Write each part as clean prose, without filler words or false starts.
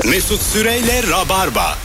Mesut Süreyle Rabarba.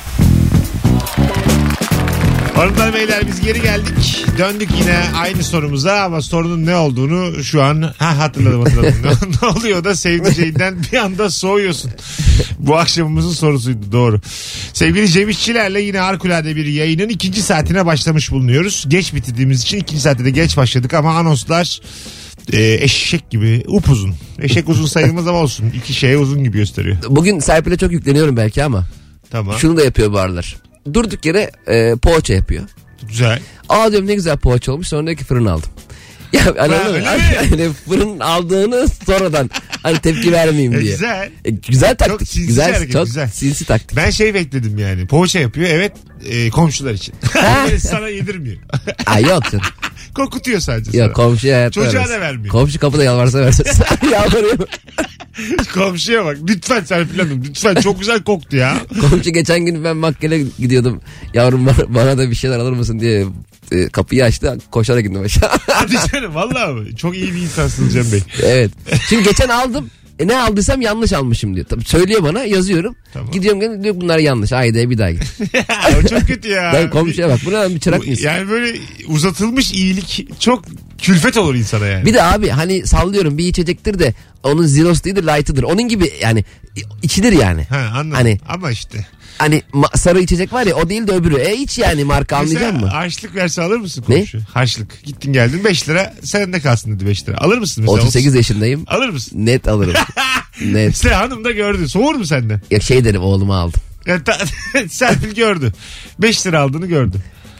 Hanımlar beyler biz geri geldik. Döndük yine aynı sorumuza ama sorunun ne olduğunu şu an hatırladım. Ne oluyor da sevdiceğinden bir anda soğuyorsun. Bu akşamımızın sorusuydu, doğru. Sevgili Cem İşçilerle yine harikulade bir yayının ikinci saatine başlamış bulunuyoruz. Geç bitirdiğimiz için ikinci saatte de geç başladık ama anonslar eşek gibi upuzun. Eşek uzun sayılmaz ama olsun. İki şeye uzun gibi gösteriyor. Bugün Serpil'e çok yükleniyorum belki ama. Tamam. Şunu da yapıyor bu aralar. Durduk yere poğaça yapıyor. Güzel. Aa diyorum ne güzel poğaça olmuş, sonra diyor ki fırın aldım. Ya hani fırın aldığını sonradan hani tepki vermeyeyim diye. Güzel. Güzel taktik. Çok sinsi güzel, hareket, çok güzel. sinsi taktik. Ben bekledim yani. Poğaça yapıyor, evet, komşular için. Sana yedirmiyor. Ay yok canım. Kokutuyor sadece Yok, sana. komşuya hayatta Çocuğa vermez. da vermiyor. Komşu kapıda yalvarsa versin. Yalvarıyor. Komşuya bak. Lütfen Serpil Hanım. Lütfen, çok güzel koktu ya. Komşu geçen gün ben makkele gidiyordum. Yavrum bana da bir şeyler alır mısın diye kapıyı açtı. Koşarak gittim aşağı. Hadi canım, vallahi mi? Çok iyi bir insansınız Cem Bey. Evet. Şimdi geçen aldım. Ne aldıysam yanlış almışım diyor. Tabii söylüyor bana, yazıyorum. Tamam. Gidiyorum diyor bunlar yanlış. Haydi bir daha git. O çok kötü ya. Ben komşuya bak. Buna bir çırak mıyız? Yani böyle uzatılmış iyilik çok külfet olur insana yani. Bir de abi hani sallıyorum, bir içecektir de onun zero'su değildir, light'ıdır. Onun gibi yani içilir yani. Anladım. Hani, ama işte. Hani sarı içecek var ya, o değil de öbürü. Hiç yani marka anlayacak mı? Harçlık verse alır mısın komşu? Ne? Harçlık. Gittin geldin 5 lira sende kalsın dedi, 5 lira. Alır mısın mesela? 38 yaşındayım. Alır mısın? Net alırım. Net. İşte hanım da gördü. Soğur mu senden? Ya şey derim, oğlumu aldım. Yani Serpil gördü. 5 lira aldığını gördü.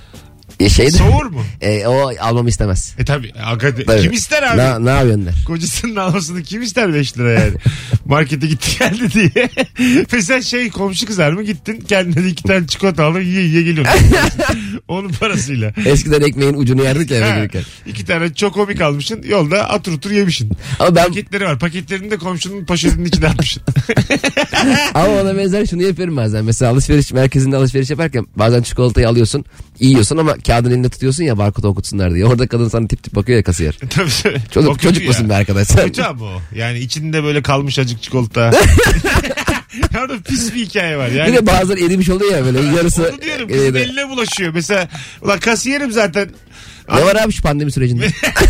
Soğur mu? O almamı istemez. Tabii. Kim ister abi? Ne yapıyorsun der. Kocasının almasını kim ister 5 lira yani? Markete gitti geldi diye. Mesela komşu kızar mı? Gittin kendine 2 tane çikolata aldın, yiye geliyorsun. Onun parasıyla. Eskiden ekmeğin ucunu yerdik ya eve gelirken. 2 tane çokomik almışsın, yolda otur yemişsin. Ama paketleri var. Paketlerini de komşunun poşetinin içine atmışsın. Ama ona benzer şunu yapıyorum bazen. Mesela alışveriş merkezinde alışveriş yaparken bazen çikolatayı alıyorsun, yiyorsun ama kağıdın elinde tutuyorsun ya, barkodu okutsunlar diye. Orada kadın sana tip bakıyor ya, kasiyer. Tabii. Çocuk musun be arkadaş sen? Kötü ama o. Yani içinde böyle kalmış acık çikolata. Orada pis bir hikaye var. Yani, bir de bazen erimiş oluyor ya böyle yarısı. Onu diyorum, kızın eline bulaşıyor. Mesela ulan kasiyerim zaten. Ne var abi şu pandemi sürecinde?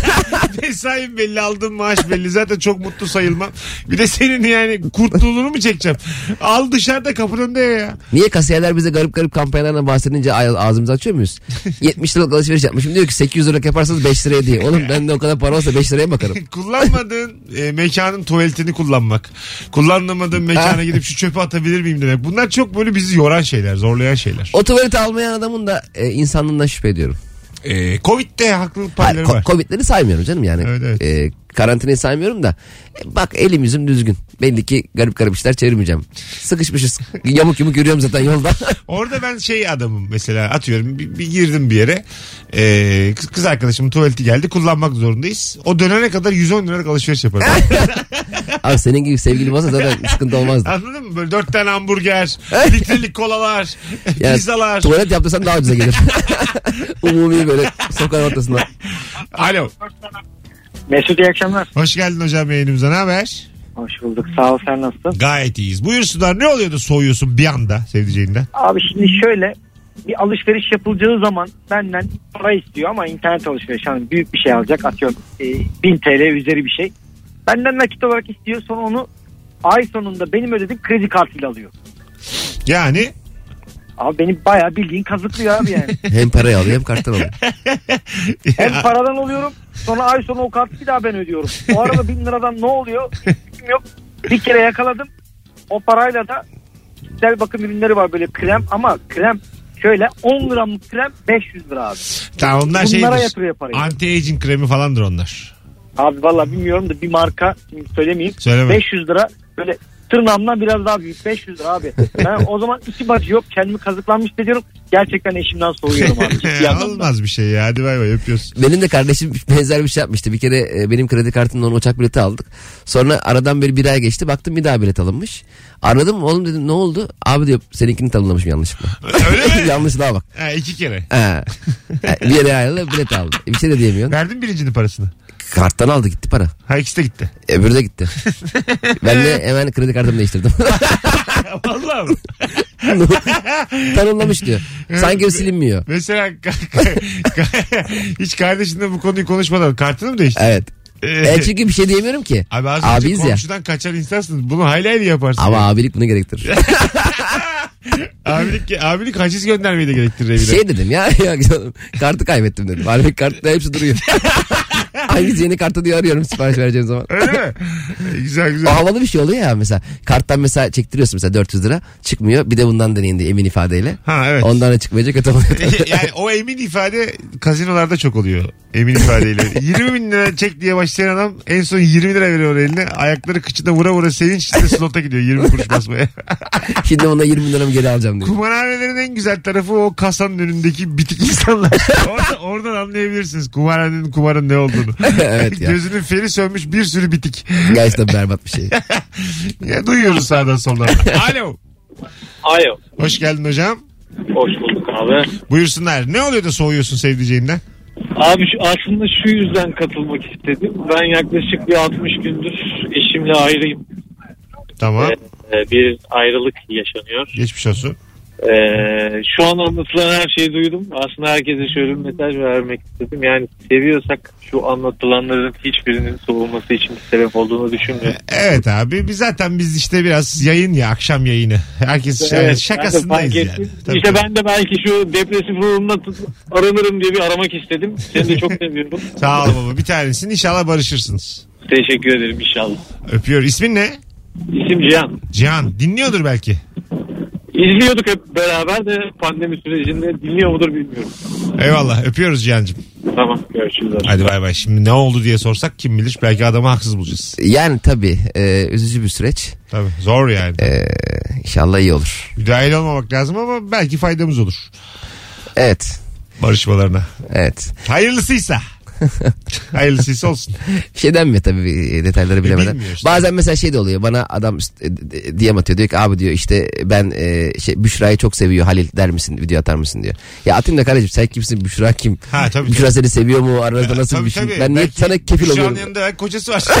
Mesaim belli, aldığım maaş belli. Zaten çok mutlu sayılmam. Bir de senin yani kurtluğunu mu çekeceğim? Al dışarıda, kapının önünde ya. Niye kasiyerler bize garip kampanyalardan bahsedince ağzımızı açıyor muyuz? 70 liralık alışveriş yapmışım, diyor ki 800 liralık yaparsanız 5 liraya diye. Oğlum ben de o kadar para olsa 5 liraya bakarım. Kullanmadığın mekanın tuvaletini kullanmak. Kullanmadığın mekana gidip şu çöpü atabilir miyim demek. Bunlar çok böyle bizi yoran şeyler, zorlayan şeyler. O tuvaleti almayan adamın da insanlığından şüphe ediyorum. Covid'de haklılık payları var. Covid'leri saymıyorum canım yani. Evet. Karantinayı saymıyorum da. Bak elim yüzüm düzgün. Belli ki garip işler çevirmeyeceğim. Sıkışmışız. Yamuk yürüyorum zaten yolda. Orada ben adamım mesela, atıyorum bir girdim bir yere. Kız arkadaşımın tuvaleti geldi, kullanmak zorundayız. O dönene kadar 110 liralık alışveriş yaparım. Abi senin gibi sevgilim olsa zaten sıkıntı olmazdı. Anladın mı? Böyle 4 tane hamburger, litrelik kolalar, yani, pizzalar. Tuvalet yaptırsan daha ucuza gelir. Umumi böyle sokağın ortasında. Alo. Mesut, iyi akşamlar. Hoş geldin hocam yayınımıza, ne haber? Hoş bulduk, sağ ol, sen nasılsın? Gayet iyiyiz. Buyursunlar, ne oluyor da soğuyorsun bir anda sevdiceğinden? Abi şimdi şöyle, bir alışveriş yapılacağı zaman benden para istiyor ama internet alışverişi, hani büyük bir şey alacak, atıyorum 1000 TL üzeri bir şey. Benden nakit olarak istiyor, sonra onu ay sonunda benim ödediğim kredi kartıyla alıyor. Yani? Abi beni bayağı bildiğin kazıklıyor abi yani. Hem parayı alıyor hem karttan alıyor. Hem paradan oluyorum, sonra ay sonu o kartı bir daha ben ödüyorum. O arada 1000 liradan ne oluyor? Yok. Bir kere yakaladım. O parayla da güzel bakım ürünleri var, böyle krem, ama krem şöyle 10 gramlık krem 500 lira abi. Tamam, onlar bunlara yatırıyor parayı. Anti-aging kremi falandır onlar. Abi vallahi bilmiyorum da bir marka söylemeyeyim. Söyleme. 500 lira böyle tırnağımdan biraz daha büyük, 500 lira abi. Ben o zaman iki bacı yok, kendimi kazıklanmış ediyorum. Gerçekten eşimden soğuyorum abi. Olmaz bir şey ya, hadi bay bay, öpüyorsun. Benim de kardeşim benzer bir şey yapmıştı. Bir kere benim kredi kartımdan uçak bileti aldık. Sonra aradan bir ay geçti, baktım bir daha bilet alınmış. Aradım, oğlum dedim ne oldu? Abi diyor seninkini tanımlamışım yanlışlıkla. Öyle mi? Yanlışlığa bak. 2 kere. Bir yere ayrıldı, bilet aldım. Bir şey de diyemiyorsun. Verdin birincinin parasını. Karttan aldı gitti para. Ha ikisi de gitti. Öbürü de gitti. Ben de hemen kredi kartımı değiştirdim. Vallahi mı? Tanımlamış diyor. Sanki o silinmiyor. Mesela hiç kardeşinle bu konuyu konuşmadan kartını mı değiştirdin? Evet. Çünkü bir şey diyemiyorum ki. Abi az önce Abiyiz ya. komşudan kaçan insansınız. Bunu hayli yaparsın. Ama abilik bunu gerektirir. abilik haciz göndermeyi de gerektirir evine. Şey dedim ya kartı kaybettim dedim. Halbuki kartta hepsi duruyor. Hangisi yeni kartı diye arıyorum sipariş vereceğim zaman. Öyle mi? Güzel O güzel. havalı bir şey oluyor ya mesela. Karttan mesela çektiriyorsun mesela 400 lira. Çıkmıyor. Bir de bundan deneyin diye emin ifadeyle. Ha evet. Ondan da çıkmayınca kötü oluyor. Yani o emin ifade kazinolarda çok oluyor. Emin ifadeyle. 20 bin lira çek diye başlayan adam en son 20 lira veriyor eline. Ayakları kıçına vura vura sevinç içinde slota gidiyor 20 kuruş basmaya. Şimdi bunda 20 liramı geri alacağım diyor. Kumarhanelerin en güzel tarafı o kasanın önündeki bitik insanlar. Oradan anlayabilirsiniz kumarın ne olduğunu. Evet ya. Gözünün feri sönmüş bir sürü bitik. Gerçekten berbat bir şey. Ya, duyuyoruz sağdan soldan. Alo. Alo. Hoş geldin hocam. Hoş bulduk abi. Buyursunlar. Ne oluyor da soğuyorsun sevdiceğinden? Abi aslında şu yüzden katılmak istedim. Ben yaklaşık bir 60 gündür eşimle ayrıyım. Tamam. Bir ayrılık yaşanıyor. Geçmiş olsun. Şu an anlatılan her şeyi duydum. Aslında herkese şöyle bir mesaj vermek istedim. Yani seviyorsak şu anlatılanların hiçbirinin soğuması için bir sebep olduğunu düşünmüyorum. Evet abi biz işte biraz yayın ya akşam yayını. Herkes Evet, şakasındayız yani. Tabii, işte tabii. ben de belki şu depresif ruhumla aranırım diye bir aramak istedim. Seni de çok seviyorum. Sağ ol baba bir tanesin inşallah barışırsınız. Teşekkür ederim inşallah. Öpüyor. İsmin ne? İsim Cihan. Cihan. Dinliyordur belki. İzliyorduk hep beraber de pandemi sürecinde dinliyor mudur bilmiyorum. Eyvallah öpüyoruz Cihan'cığım. Tamam görüşürüz. Hadi bay bay. Şimdi ne oldu diye sorsak kim bilir belki adamı haksız bulacağız. Yani tabii üzücü bir süreç. Tabii zor yani. İnşallah iyi olur. Müdahil olmamak lazım ama belki faydamız olur. Evet. Barışmalarına. Evet. Hayırlısıysa. Hayırlısıysa olsun. Bir şey denmiyor tabii detayları bilemeden. Bilmiyor işte. Bazen mesela şey de oluyor. Bana adam DM atıyor. Diyor ki abi diyor işte ben Büşra'yı çok seviyor Halil der misin? Video atar mısın diyor. Ya atayım da kardeşim sen kimsin? Büşra kim? Ha, tabii, Büşra tabii. seni seviyor mu? Aranızda nasıl Tabii, bir şey? tabii. Ben niye Belki sana kefil Büşra'nın oluyorum? yanında kocası var.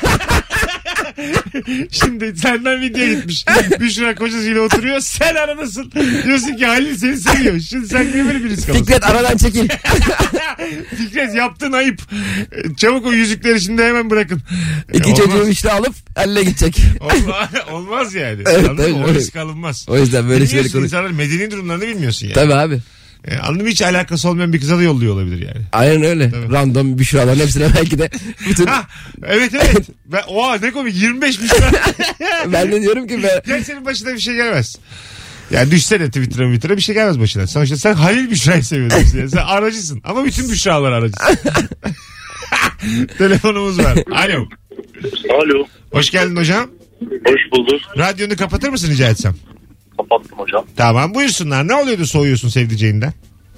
Şimdi senden video gitmiş. Büşra kocasıyla oturuyor. Sen aradasın. Diyorsun ki Halil seni seviyor. Şimdi sen niye böyle bir risk alıyorsun? Fikret aradan çekil. Fikret yaptığın ayıp. Çabuk o yüzükleri şimdi hemen bırakın. İki Olmaz. çocuğu işte alıp elle gidecek. Olmaz yani. Evet, Anladın mı? evet. O risk alınmaz. O yüzden böyle şeyleri Bilmiyorsun konuş. insanlar medeni durumlarını bilmiyorsun yani. Tabii abi. Anladın mı? Hiç alakası olmayan bir kıza da yolluyor olabilir yani. Aynen öyle. Tabii. Random Büşra'ların hepsine belki de bütün... Ha, evet. Oha ne komik 25 Büşra. Ben de diyorum ki Ya senin başına bir şey gelmez. Yani düşsene Twitter'a bir şey gelmez başına. Sonuçta sen Halil Büşra'yı seviyorsun. Yani. Sen aracısın ama bütün Büşra'lar aracısın. Telefonumuz var. Alo. Alo. Hoş geldin hocam. Hoş bulduk. Radyonu kapatır mısın rica etsem? Kapattım hocam. Tamam buyursunlar. Ne oluyordu soğuyorsun sevdiceğinden?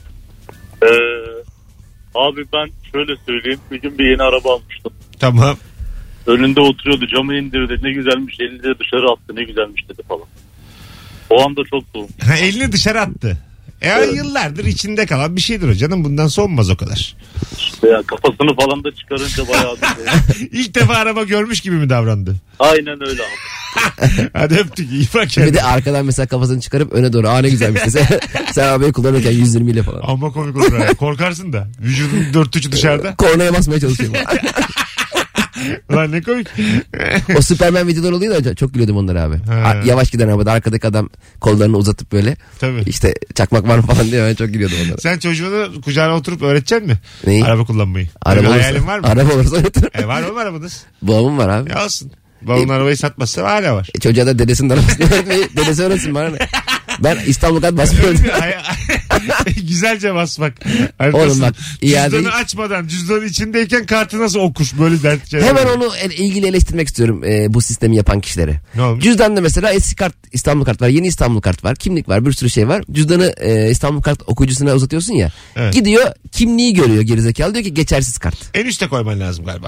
Abi ben şöyle söyleyeyim. Bir gün bir yeni araba almıştım. Tamam. Önünde oturuyordu. Camı indirdi. Ne güzelmiş. Elini de dışarı attı. Ne güzelmiş dedi falan. O anda çok soğuk. Ha, elini dışarı attı. Yıllardır içinde kalan bir şeydir o canım. Bundan soğumaz o kadar. Ya kafasını falan da çıkarınca bayağı İlk defa araba görmüş gibi mi davrandı? Aynen öyle abi. Hadi öptük iyi bak bir kendine. de arkadan mesela kafasını çıkarıp öne doğru. Ne güzelmiş dese. Sen arabayı kullanırken 120 ile falan. Amma komik olur. Ha. Korkarsın da. Vücudun dört üçü dışarıda. Kornaya basmaya çalışıyorum. Lan ne komik. O Superman videoları oluyor da çok gülüyordum onlara abi. Ha. Yavaş giden arabada arkadaki adam kollarını uzatıp böyle. Tabii. İşte çakmak var mı falan diye ben çok gülüyordum onlara. Sen çocuğunu kucağına oturup öğreteceksin mi? Neyi? Araba kullanmayı. Araba Öyle olursa, hayalin var mı? Araba olursa öğretirim. Var oğlum arabanız. Babamın var abi. Ya olsun. Babamın arabayı satmazsa hala var. Çocuğa da dedesinin arabasını öğretmeyi. Dedesi öğretsin bana ne? Ben İstanbul kat basmıyorum. Güzelce basmak. Oğlum bak, cüzdanı iade- açmadan cüzdanın içindeyken kartı nasıl okur böyle dert. Hemen onu ilgili eleştirmek istiyorum bu sistemi yapan kişileri. Ne olmuş? Cüzdanda mesela eski kart İstanbul kart var, yeni İstanbul kart var, kimlik var, bir sürü şey var. Cüzdanı İstanbul kart okuyucusuna uzatıyorsun ya. Evet. Gidiyor kimliği görüyor gerizekalı, diyor ki geçersiz kart. En üste koyman lazım galiba.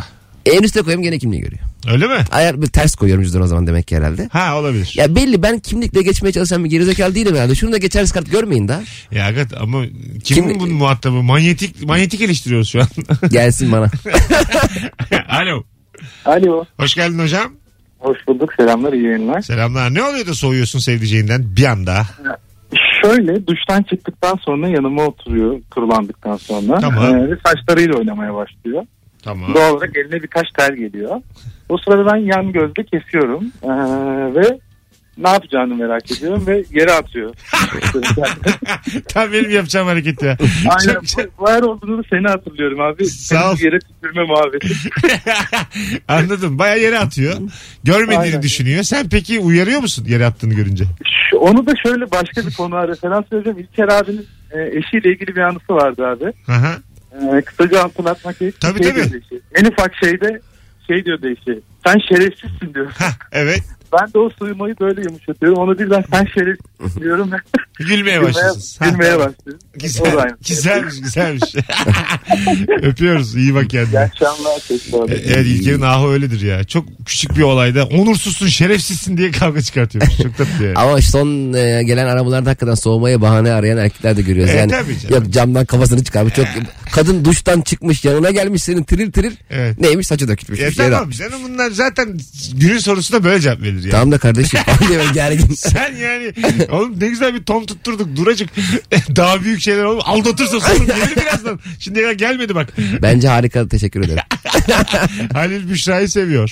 En üstte koyuyorum gene kimliği görüyor. Öyle mi? Ayar bir ters koyuyorum cüzdan o zaman demek ki herhalde. Ha olabilir. Ya belli ben kimlikle geçmeye çalışan bir gerizekalı değilim herhalde. Şunu da geçersiz kart görmeyin daha. Ya hakikaten ama kimin bunun muhatabı? Manyetik eleştiriyoruz şu an. Gelsin bana. Alo. Alo. Hoş geldin hocam. Hoş bulduk. Selamlar, iyi yayınlar. Selamlar. Ne oluyor da soğuyorsun sevdiceğinden bir anda? Şöyle duştan çıktıktan sonra yanıma oturuyor kurulandıktan sonra. Tamam. Ve saçlarıyla oynamaya başlıyor. Tamam. Doğal olarak eline birkaç tel geliyor. O sırada ben yan gözle kesiyorum. Ve ne yapacağını merak ediyorum ve yere atıyor. Tam benim yapacağım hareket ya. Aynen. Var olduğunu seni hatırlıyorum abi. Sağ ol. Yere tükürme muhabbeti. Anladım. Bayağı yere atıyor. Görmediğini Aynen. düşünüyor. Sen peki uyarıyor musun yere attığını görünce? Onu da şöyle başka bir konuya referans vereceğim. İlker abinin eşiyle ilgili bir anısı vardı abi. Aha. Kısaca hatırlatmak gerekirse Tabii, tabii. en ufak şeyde şey diyordu eşi. Sen şerefsizsin diyor. Evet. Ben de o suyumayı böyle yumuşatıyorum. Onu birden sen şerefsizsin diyorum. Gülmeye başlıyorsunuz. Gülmeye başlıyorum. O da aynı. Güzelmiş. Öpüyoruz. İyi bak kendine. İyi akşamlar. Evet İlker'in ahı öyledir ya. Çok küçük bir olayda onursuzsun, şerefsizsin diye kavga çıkartıyormuş. Çok tatlı yani. Ama son gelen aramalarda hakikaten soğumaya bahane arayan erkekler de görüyoruz. Yani tabii canım. yok camdan kafasını çıkarmış. Çok kadın duştan çıkmış yanına gelmiş senin tiril tiril. Evet. Neymiş saçı dökülmüş. Tamam canım bunlar zaten günün sorusuna böyle cevap verilir yani. Tamam da kardeşim falan diye böyle gergin. Sen yani oğlum ne güzel bir ton tutturduk duracık. Daha büyük şeyler oğlum aldatırsa sorun gelir birazdan. Şimdiye kadar gelmedi bak. Bence harika, teşekkür ederim. Halil Büşra'yı seviyor.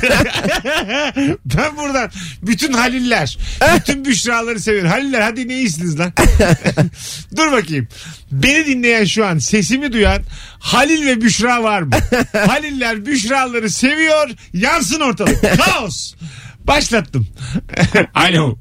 Ben buradan bütün Haliller, bütün Büşra'ları seviyorum. Haliller hadi ne iyisiniz lan? Dur bakayım. Beni dinleyen şu an sesimi duyan Halil ve Büşra var mı? Haliller Büşra'ları seviyor. Yansın ortalık. Kaos. Başlattım. Alo.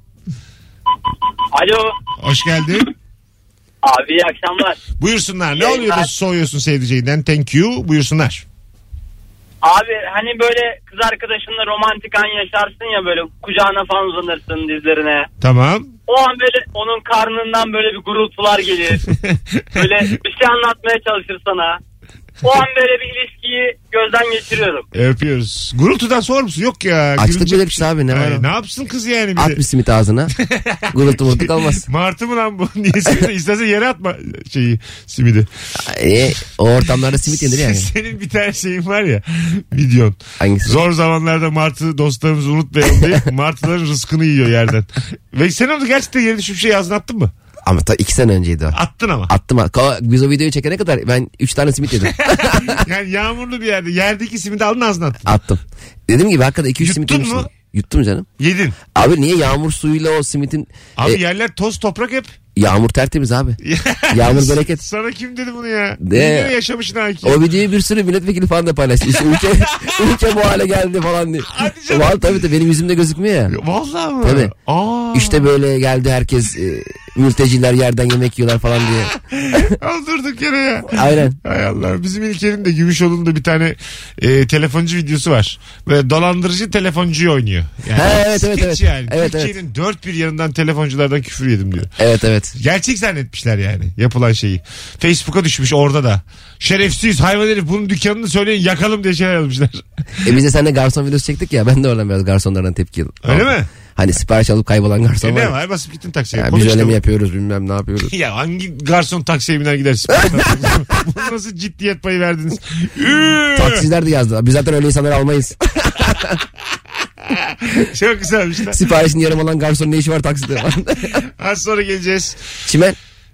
Alo. Hoş geldin. Abi iyi akşamlar. Buyursunlar. Ne oluyor da soğuyorsun sevdiceğinden? Thank you. Buyursunlar. Abi hani böyle kız arkadaşınla romantik an yaşarsın ya, böyle kucağına falan uzanırsın, dizlerine. Tamam. O an böyle onun karnından böyle bir gurultular gelir. Böyle bir şey anlatmaya çalışır sana. O an böyle bir ilişkiyi gözden geçiriyorum. Öpüyoruz. Gurultudan soğur musun? Yok ya. Açlık gülünecek belirtisi abi, ne var o? Ne yapsın kız yani? Bir At de. bir simit ağzına. Gurultu murtu kalmaz. Martı mı lan bu? Niye simidi? İstersen yere atma simidi. O ortamlarda simit yenir yani. Senin bir tane şeyin var ya. Videon. Hangisi? Zor zamanlarda martı dostlarımızı unutmayalım diye martıların rızkını yiyor yerden. Ve sen onu gerçekten yere düşüp şey ağzına attın mı? Ama 2 sene önceydi o. Attın ama. Attım. Biz o videoyu çekene kadar ben 3 tane simit yedim. Yani yağmurlu bir yerde. Yerdeki simidi aldın ağzına attın. Attım. Dediğim gibi hakikaten 2-3 simit Yuttun yemiştim. mu? Yuttum canım. Yedin. Abi niye yağmur suyuyla o simitin... Abi yerler toz toprak hep. Yağmur tertemiz abi. Yağmur bereket. Sana kim dedi bunu ya? Ne? Ne yaşamışsın Aki? O videoyu bir sürü milletvekili falan da paylaştı. İşte ülke bu hale geldi falan diye. Hadi canım. Vallahi tabii benim yüzümde gözükmüyor ya. Vallahi mı? Tabii. Aa. İşte böyle geldi herkes mülteciler yerden yemek yiyorlar falan diye. Öldürdük yere ya. Aynen. Hay Allah. Bizim İlker'in de Gümüşoğlu'nda bir tane telefoncu videosu var. Böyle dolandırıcı telefoncuyu oynuyor. Yani Ha, evet, skeç evet. Yani. Evet, Türkiye'nin dört bir yanından telefonculardan küfür yedim diyor. Evet. Gerçek zannetmişler yani yapılan şeyi. Facebook'a düşmüş orada da. Şerefsiz hayvan herif bunun dükkanını söyleyin yakalım diye şeyler yazmışlar. Biz de seninle garson videosu çektik ya, ben de oradan biraz garsonlardan tepki aldım. Öyle mi? Hani sipariş alıp kaybolan garson var. Ne ya. var? Basıp gittin taksiye. Ya Konuş biz öyle işte mi bu. yapıyoruz bilmem ne yapıyoruz. Ya hangi garson taksiye biner gider? Bu nasıl ciddiyet payı verdiniz? Taksiciler de yazdı. Biz zaten öyle insanları almayız. Çok güzelmiş lan. Siparişin yarım olan garson ne işi var takside? Az sonra geleceğiz. Çimen.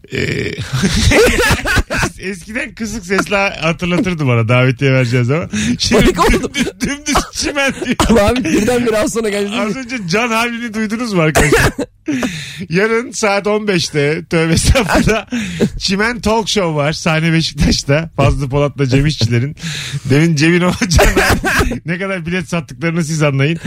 Eskiden kısık sesle hatırlatırdı bana davetiye vereceğiz ama. Şimdi Panik oldum. dümdüz çimen diyor. Ama abi birdenbire az sonra geldi. Az önce Can Havli'ni duydunuz mu arkadaşlar? Yarın saat 15'te tövbe estağfurullah Çimen Talk Show var sahne Beşiktaş'ta. Fazlı Polat'la Cem İşçilerin. Demin Cem'in o Can Havli ne kadar bilet sattıklarını siz anlayın.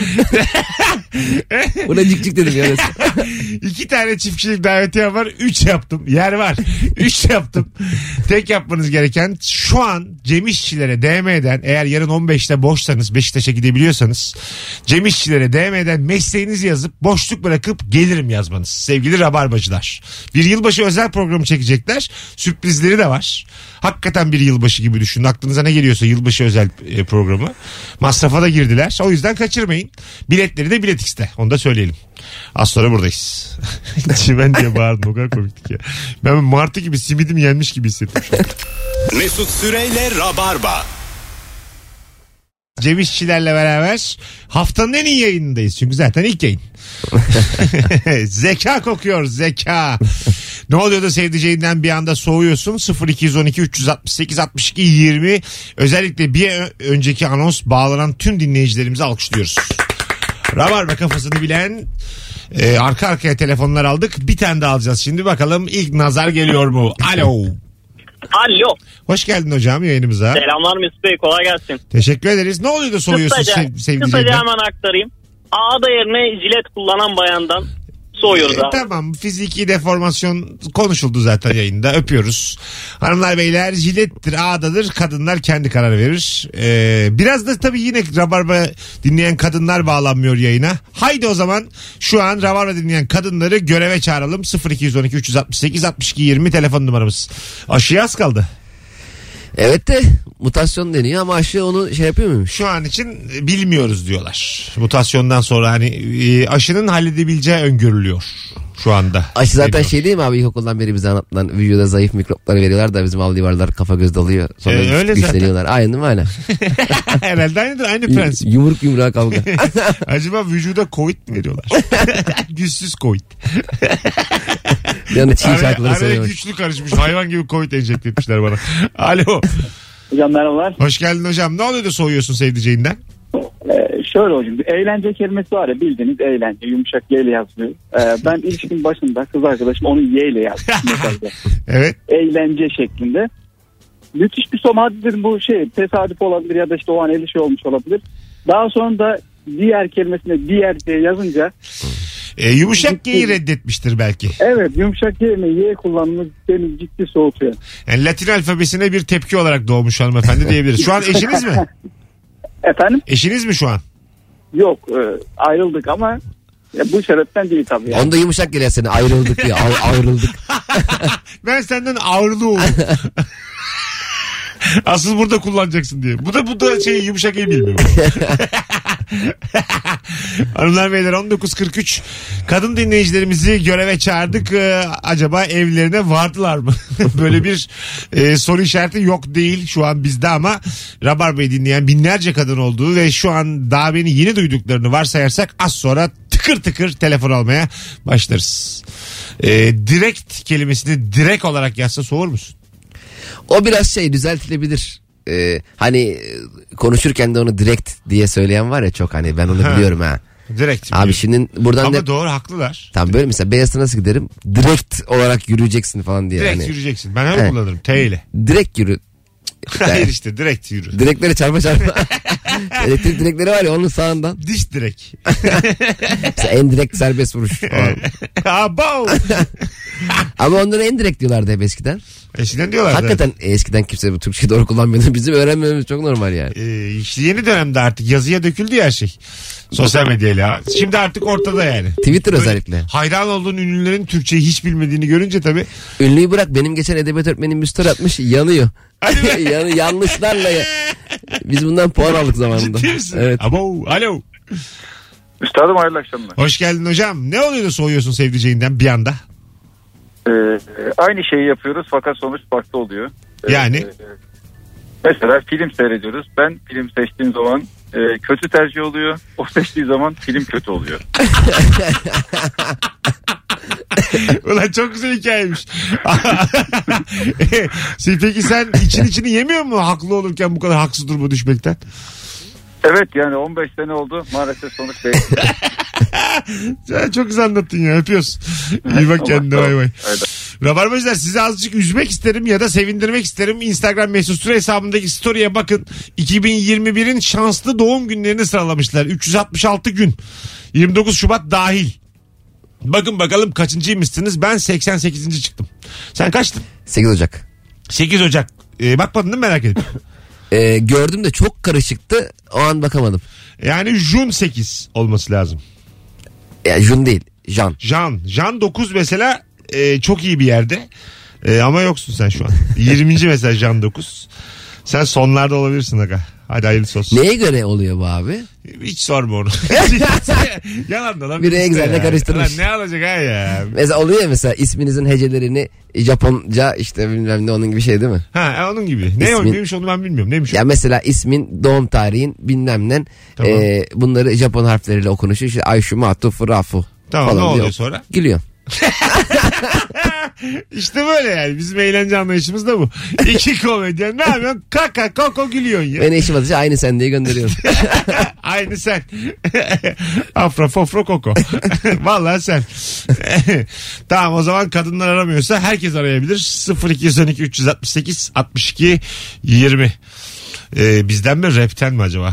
Buna cik cik dedim ya. 2 tane çift kişilik davetiye var. 3 yaptım. Yer var. 3 yaptım. Tek yapmanız gereken şu an Cem İşçilere DM'den, eğer yarın 15'te boşsanız, Beşiktaş'a gidebiliyorsanız Cem İşçilere DM'den mesleğinizi yazıp boşluk bırakıp gelirim yazmanız. Sevgili Rabarbacılar. Bir yılbaşı özel programı çekecekler. Sürprizleri de var. Hakikaten bir yılbaşı gibi düşünün. Aklınıza ne geliyorsa yılbaşı özel programı. Masrafa da girdiler. O yüzden kaçırmayın. Biletleri de Bilet X'te. Onu da söyleyelim. Az sonra buradayız. Çimen diye bağırdım. O kadar komiktik ya. Ben martı gibi simidim yenmiş gibi hissettim. Mesut Süreyle Rabarba. Cem İşçilerle beraber haftanın en iyi yayınındayız. Çünkü zaten ilk yayın. Zeka kokuyor, zeka. Ne oluyor da sevdiceğinden bir anda soğuyorsun? 0212 368 62 20. Özellikle bir önceki anons bağlanan tüm dinleyicilerimizi alkışlıyoruz. Rabarba kafasını bilen arka arkaya telefonlar aldık. Bir tane daha alacağız şimdi. Bakalım ilk nazar geliyor mu? Alo. Alo. Hoş geldin hocam yayınımıza. Selamlar Mesut Bey, kolay gelsin. Teşekkür ederiz. Ne oluyor da soğuyorsun sevdiceğinden? Kısaca hemen aktarayım. Ağda yerine jilet kullanan bayandan soğuyoruz abi. Tamam, fiziki deformasyon konuşuldu zaten yayında, öpüyoruz. Hanımlar beyler, jilettir, ağdadır, kadınlar kendi karar verir. Biraz da tabii yine Rabarba dinleyen kadınlar bağlanmıyor yayına. Haydi o zaman şu an Rabarba dinleyen kadınları göreve çağıralım. 0212 368 62 20 telefon numaramız. Aşıya az kaldı. Evet de mutasyon deniyor ama aşı onu şey yapıyor muymuş? Şu an için bilmiyoruz diyorlar. Mutasyondan sonra hani aşının halledebileceği öngörülüyor şu anda. Aşı zaten şey değil mi abi, ilkokuldan beri bize anlatılan vücuda zayıf mikropları veriyorlar da bizim aldivarlar kafa göz dalıyor. Sonra öyle güçleniyorlar. Aynı değil mi hala? Herhalde aynıdır, aynı prensip. Yumruk yumruğa kavga. Acaba vücuda Covid mi veriyorlar? Güçsüz Covid. Yani çiğ şarkıları araya söylüyormuş. güçlü karışmış. Hayvan gibi Covid enjekte etmişler bana. Alo. Hocam merhabalar. Hoş geldin hocam. Ne oluyor da soğuyorsun sevdiceğinden? Şöyle hocam, bir eğlence kelimesi var ya, bildiğiniz eğlence, yumuşak Y ile yazılıyor. Ben ilişkin başında kız arkadaşım onu Y ile yazdım mesajda. Evet. Eğlence şeklinde. Müthiş bir soma, dedim bu şey tesadüf olabilir ya da işte o an el işi olmuş olabilir. Daha sonra da diğer kelimesine diğer diye yazınca Yumuşak Y'yi reddetmiştir belki. evet, yumuşak yerine Y kullanımı beni ciddi soğutuyor. Yani Latin alfabesine bir tepki olarak doğmuş hanımefendi diyebiliriz. Şu an eşiniz mi? Efendim? Eşiniz mi şu an? Yok, ayrıldık ama bu sebepten değil tabii. Yani. Onda yumuşak geliyor seni, ayrıldık diye ayrıldık. Ben senden ağırlı oldum. Asıl burada kullanacaksın diye. Bu da şey yumuşak iyi bilmiyor. Hanımlar beyler 19.43 kadın dinleyicilerimizi göreve çağırdık. Acaba evlerine vardılar mı? Böyle bir soru işareti yok değil şu an bizde ama Rabarba'yı dinleyen binlerce kadın olduğu ve şu an daha beni yeni duyduklarını varsayarsak az sonra tıkır tıkır telefon almaya başlarız. Direkt kelimesini direkt olarak yazsa soğur musun? O biraz şey düzeltilebilir. Hani konuşurken de onu direkt diye söyleyen var ya çok, hani ben onu biliyorum ha. Direkt. Abi şimdi buradan ama da doğru, haklılar. tam böyle mesela Beyazıt'a nasıl giderim? Direkt olarak yürüyeceksin falan diye. Direkt hani. yürüyeceksin. Ben öyle kullanırım. T ile. Direkt yürü. Hayır işte direkt yürü. Direkleri çarpa. Elektrik direkleri var ya, onun sağından. Diş direkt. Mesela en direkt serbest vuruş falan. Abo. Ama onları en direkt diyorlardı hep eskiden. Eskiden diyorlardı. Hakikaten eskiden kimse bu Türkçeyi doğru kullanmıyordu. Bizim öğrenmemiz çok normal yani. İşte yeni dönemde artık yazıya döküldü ya her şey. Sosyal medyayla. Şimdi artık ortada yani. Twitter Böyle özellikle. hayran olduğun ünlülerin Türkçeyi hiç bilmediğini görünce tabii. Ünlüyü bırak, benim geçen edebiyat öğretmenim bir story atmış, yanıyor. Yanlışlarla biz bundan puan aldık zamanında. Ciddi misin? Evet. Abo. Alo. Üstadım hayırlı akşamlar. Hoş geldin hocam. Ne oluyor da soğuyorsun sevdiceğinden bir anda? Aynı şeyi yapıyoruz fakat sonuç farklı oluyor. Yani? Mesela film seyrediyoruz. Ben film seçtiğim zaman kötü tercih oluyor. O seçtiği zaman film kötü oluyor. Ulan çok güzel hikayeymiş. Peki sen içini yemiyor mu haklı olurken bu kadar haksız duruma düşmekten? Evet, yani 15 sene oldu. Maalesef sonuç değil. Sen çok güzel anlattın ya. Öpüyoruz. İyi bak kendine, bay bay. Rabarbacılar, sizi azıcık üzmek isterim ya da sevindirmek isterim. Instagram mesut süre hesabındaki story'e bakın. 2021'in şanslı doğum günlerini sıralamışlar. 366 gün. 29 Şubat dahil. Bakın bakalım kaçıncıymışsınız? Ben 88. çıktım. Sen kaçtın? 8 Ocak. 8 Ocak. Bakmadın değil mi, merak edip? Gördüm de çok karışıktı. O an bakamadım. Yani Jun 8 olması lazım. Ya Jun değil. Jan. Jan 9 mesela çok iyi bir yerde. Ama yoksun sen şu an. 20. mesela Jan 9. Sen sonlarda olabilirsin aga. Hadi hayırlısı olsun. Neye göre oluyor bu abi? Hiç sorma onu. Yalan da lan. Biri Excel'le karıştırmış. Lan ne alacak ha ya? Mesela oluyor ya, mesela isminizin hecelerini Japonca işte bilmem ne, onun gibi şey değil mi? Ha, onun gibi. Ne oymuyormuş onu ben bilmiyorum. Neymiş ya o? Mesela ismin, doğum tarihin, bilmem ne. Tamam. Bunları Japon harfleriyle okunuşu. İşte Ayşu, Matu, Rafu. Tamam, falan ne oluyor diyor. sonra? Gülüyor. İşte böyle yani. Bizim eğlence anlayışımız da bu. İki komedyen ne yapıyorsun? Kaka koko gülüyorsun ya. Ben eşim atınca aynı sen diye gönderiyorum. Aynı sen. Afra fofro koko. Vallahi sen. Tamam, o zaman kadınlar aramıyorsa herkes arayabilir. 0212 368 62 20. Bizden mi, rapten mi acaba?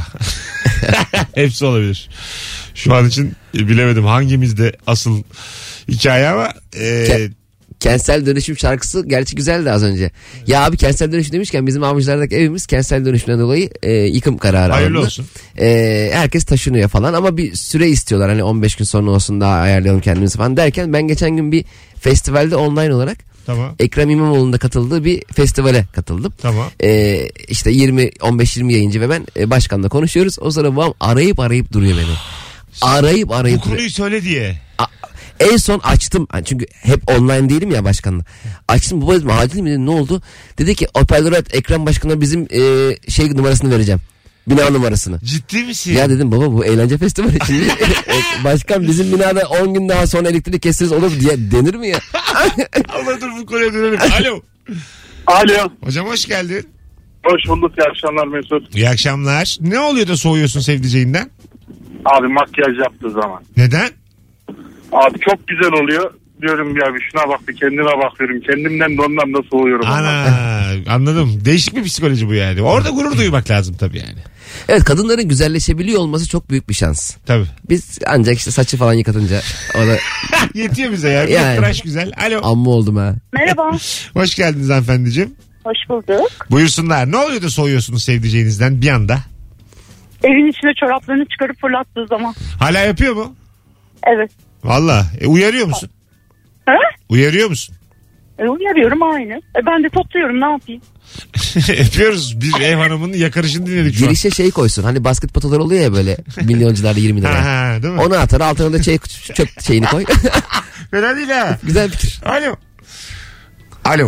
Hepsi olabilir. Şu an için bilemedim hangimizde asıl hikaye ama Kentsel dönüşüm şarkısı gerçi güzeldi az önce. Ya abi, kentsel dönüşüm demişken bizim Avcılar'daki evimiz kentsel dönüşümden dolayı yıkım kararı alındı. hayırlı olsun. Herkes taşınıyor falan ama bir süre istiyorlar. Hani 15 gün sonra olsun, daha ayarlayalım kendimizi falan derken ben geçen gün bir festivalde online olarak Tamam. Ekrem İmamoğlu'nun da katıldığı bir festivale katıldım. Tamam. İşte 15-20 yayıncı ve ben başkanla konuşuyoruz. O sırada babam arayıp duruyor beni. Arayıp Bu duruyor. konuyu söyle diye. En son açtım. Çünkü hep online değilim ya başkanla. Açtım, baba dedim acil mi dedim, ne oldu? Dedi ki operatör Ekrem Başkan'a bizim numarasını vereceğim. Bina numarasını. Ciddi misin? Ya dedim baba, bu eğlence festivali için. Başkan bizim binada 10 gün daha sonra elektrik kesiriz olur diye denir mi ya? Allah, dur bu konuya dönelim. Alo. Alo. Hocam hoş geldin. Hoş bulduk. İyi akşamlar Mesut. İyi akşamlar. Ne oluyor da soğuyorsun sevdiceğinden? Abi makyaj yaptığı zaman. Neden? Abi çok güzel oluyor. Diyorum ya bir şuna bak, bir kendime bakıyorum. Kendimden de ondan da soğuyorum. Ana, anladım. Değişik bir psikoloji bu yani. Orada gurur duymak lazım tabii yani. Evet, kadınların güzelleşebiliyor olması çok büyük bir şans. Tabii. Biz ancak işte saçı falan yıkatınca o da Yetiyor bize ya. Yani. Tıraş güzel. Alo. amma oldum ha. Merhaba. Hoş geldiniz hanımefendiciğim. Hoş bulduk. Buyursunlar. Ne oluyor da soğuyorsunuz sevdiceğinizden bir anda? Evin içine çoraplarını çıkarıp fırlattığı zaman. Hala yapıyor mu? Evet. Valla. Uyarıyor musun? Ha? Uyarıyor musun? Uyarıyorum aynı. Ben de topluyorum, ne yapayım? Yapıyoruz. Bir ev hanımının yakarışını dinledik şu an. Girişe şey koysun. Hani basket potalar oluyor ya böyle milyoncularda 20 lira. Ha, değil mi? Onu atar, altına da çöp şeyini koy. Fena değil ha. Güzel fikir. Alo. Alo.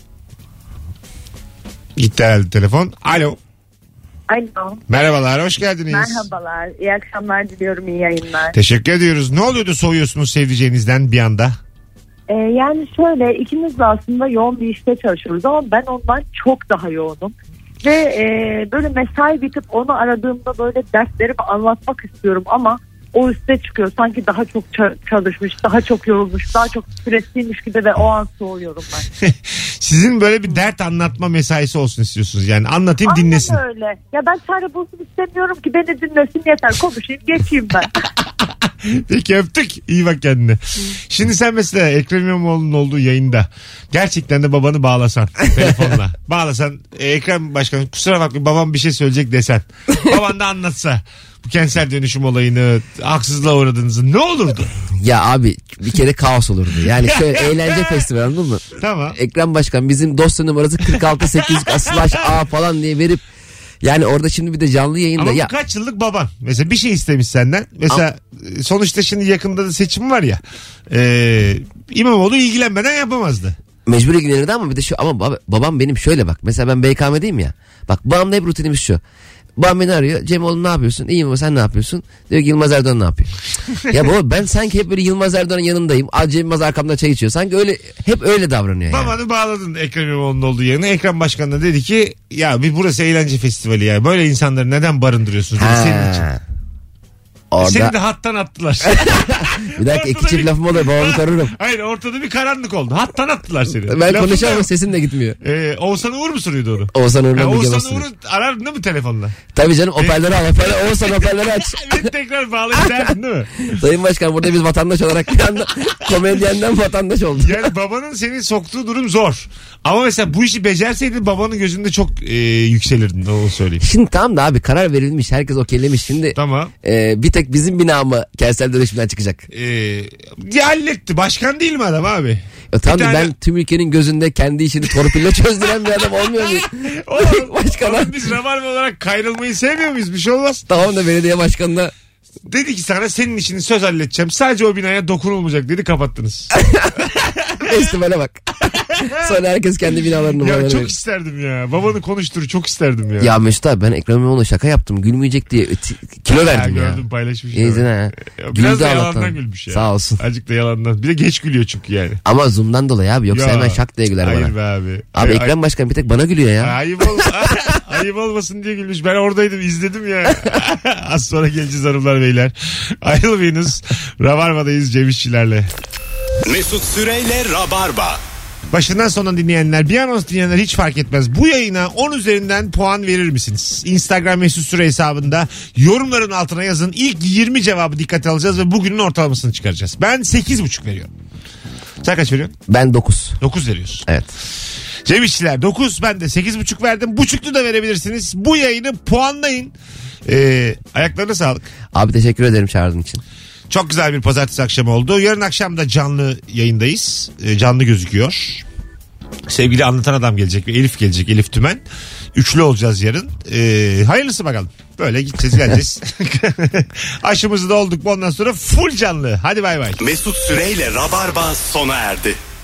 Gitti herhalde telefon. Alo. Alo. Merhabalar, hoş geldiniz. Merhabalar. İyi akşamlar diliyorum, iyi yayınlar. Teşekkür ediyoruz. Ne oluyor da soğuyorsunuz sevdiceğinizden bir anda? Yani şöyle, ikimiz de aslında yoğun bir işte çalışıyoruz ama ben ondan çok daha yoğunum. Ve böyle mesai bitip onu aradığımda böyle derslerimi anlatmak istiyorum ama o üste çıkıyor. Sanki daha çok çalışmış, daha çok yorulmuş, daha çok stresliymiş gibi ve o an soğuyorum ben. Sizin böyle bir dert anlatma mesaisi olsun istiyorsunuz. Yani anlatayım, dinlesin. Aynen öyle. Ya ben çare bulsun istemiyorum ki, beni dinlesin yeter. Konuşayım geçeyim ben. Peki, öptük. İyi bak kendine. Şimdi sen mesela Ekrem İmamoğlu'nun olduğu yayında gerçekten de babanı bağlasan telefonla. Bağlasan Ekrem Başkan kusura bakma babam bir şey söyleyecek desen. Baban da anlatsa bu kentsel dönüşüm olayını, haksızlığa uğradığınızı, ne olurdu? Ya abi bir kere kaos olurdu. Yani şöyle eğlence festivali, anladın mı? Tamam. Ekrem Başkan bizim dosya numarası 46.800/A falan diye verip, yani orada şimdi bir de canlı yayında. Ama bu ya kaç yıllık baban. Mesela bir şey istemiş senden. Mesela sonuçta şimdi yakında da seçim var ya. İmamoğlu ilgilenmeden yapamazdı. mecbur ilgilenirdi ama bir de şu, ama babam benim şöyle bak. Mesela ben BKM'deyim ya. Bak babamla hep rutinimiz şu. Babam beni arıyor. Cem oğlum ne yapıyorsun? İyiyim baba, sen ne yapıyorsun? Diyor ki Yılmaz Erdoğan ne yapıyor? Ya baba ben sanki hep böyle Yılmaz Erdoğan'ın yanındayım. Cem Yılmaz arkamda çay içiyor. Sanki öyle, hep öyle davranıyor yani. Babanı bağladın Ekrem İmamoğlu'nun olduğu yerine. Ekrem Başkan da dedi ki ya burası eğlence festivali ya. Böyle insanları neden barındırıyorsunuz dedi senin için. Orada... Seni de hattan attılar. Bir dakika iki çift lafım oluyor. Babamı korurum. Hayır, ortada bir karanlık oldu. Hattan attılar seni. Ben Lafın konuşamam da ama sesim de gitmiyor. Oğuzhan Uğur mu soruyordu onu? Oğuzhan Uğur'la Müge Oğuzhan Bastırıyor. Uğur'u arardın değil mi telefonla? Tabii canım hoparlörü al. Oğuzhan hoparlörü aç. Bir tekrar bağlayıp derdin değil mi? Sayın Başkan burada biz vatandaş olarak bir anda komedyenden vatandaş olduk. Yani babanın seni soktuğu durum zor. Ama mesela bu işi becerseydin babanın gözünde çok yükselirdin, onu söyleyeyim. Şimdi tamam da abi karar verilmiş. Herkes okeylemiş. Şimdi Tamam. Bir tek bizim bina mı kentsel dönüşümden çıkacak? Ya halletti. Başkan değil mi adam abi? Tamam da tane- ben tüm ülkenin gözünde kendi işini torpille çözdüren bir adam olmuyor muyum? Başkan Oğlum biz Rabarba olarak kayrılmayı sevmiyor muyuz? Bir şey olmaz. tamam da belediye başkanına Dedi ki sana senin işini söz halledeceğim. Sadece o binaya dokunulmayacak dedi, kapattınız. festivale bak. Sonra herkes kendi binalarını Ya numaralarını çok verir. isterdim ya. Babanı konuştur, çok isterdim ya. Ya Mesut abi ben Ekrem İmamoğlu'na şaka yaptım. Gülmeyecek diye kilo verdim ya. Gördüm, paylaşmış. İzin ha. Biraz Güldü da Allah'tan. yalandan gülmüş ya. Sağ olsun. Azıcık da yalandan. Bir de geç gülüyor çünkü yani. Ama zoom'dan dolayı abi. Yoksa Ya, hemen şak diye güler hayır bana. be abi. Abi Ekrem Başkan bir tek bana gülüyor ya. Ayıp olmasın diye gülmüş. Ben oradaydım, izledim ya. Az sonra geleceğiz hanımlar beyler. Ayrılmayınız. Rabarba'dayız Cem İşçilerle. Mesut Süreyle Rabarba. Başından sonuna dinleyenler, bir anons dinleyenler hiç fark etmez. Bu yayına 10 üzerinden puan verir misiniz? Instagram Mesut Süre hesabında yorumların altına yazın. İlk 20 cevabı dikkate alacağız ve bugünün ortalamasını çıkaracağız. Ben 8,5 veriyorum. Sen kaç veriyorsun? Ben 9. 9 veriyorsun. Evet. Cem İşçiler 9, ben de 8,5 verdim. Buçuklu da verebilirsiniz. Bu yayını puanlayın. Ayaklarına sağlık. Abi teşekkür ederim çağırdığın için. Çok güzel bir pazartesi akşamı oldu. Yarın akşam da canlı yayındayız. Canlı gözüküyor. Sevgili anlatan adam gelecek ve Elif gelecek. Elif Tümen. Üçlü olacağız yarın. Hayırlısı bakalım. Böyle gideceğiz geleceğiz. Aşımızı da olduk. Ondan sonra full canlı. Hadi bay bay. Mesut Süreyle Rabarba sona erdi.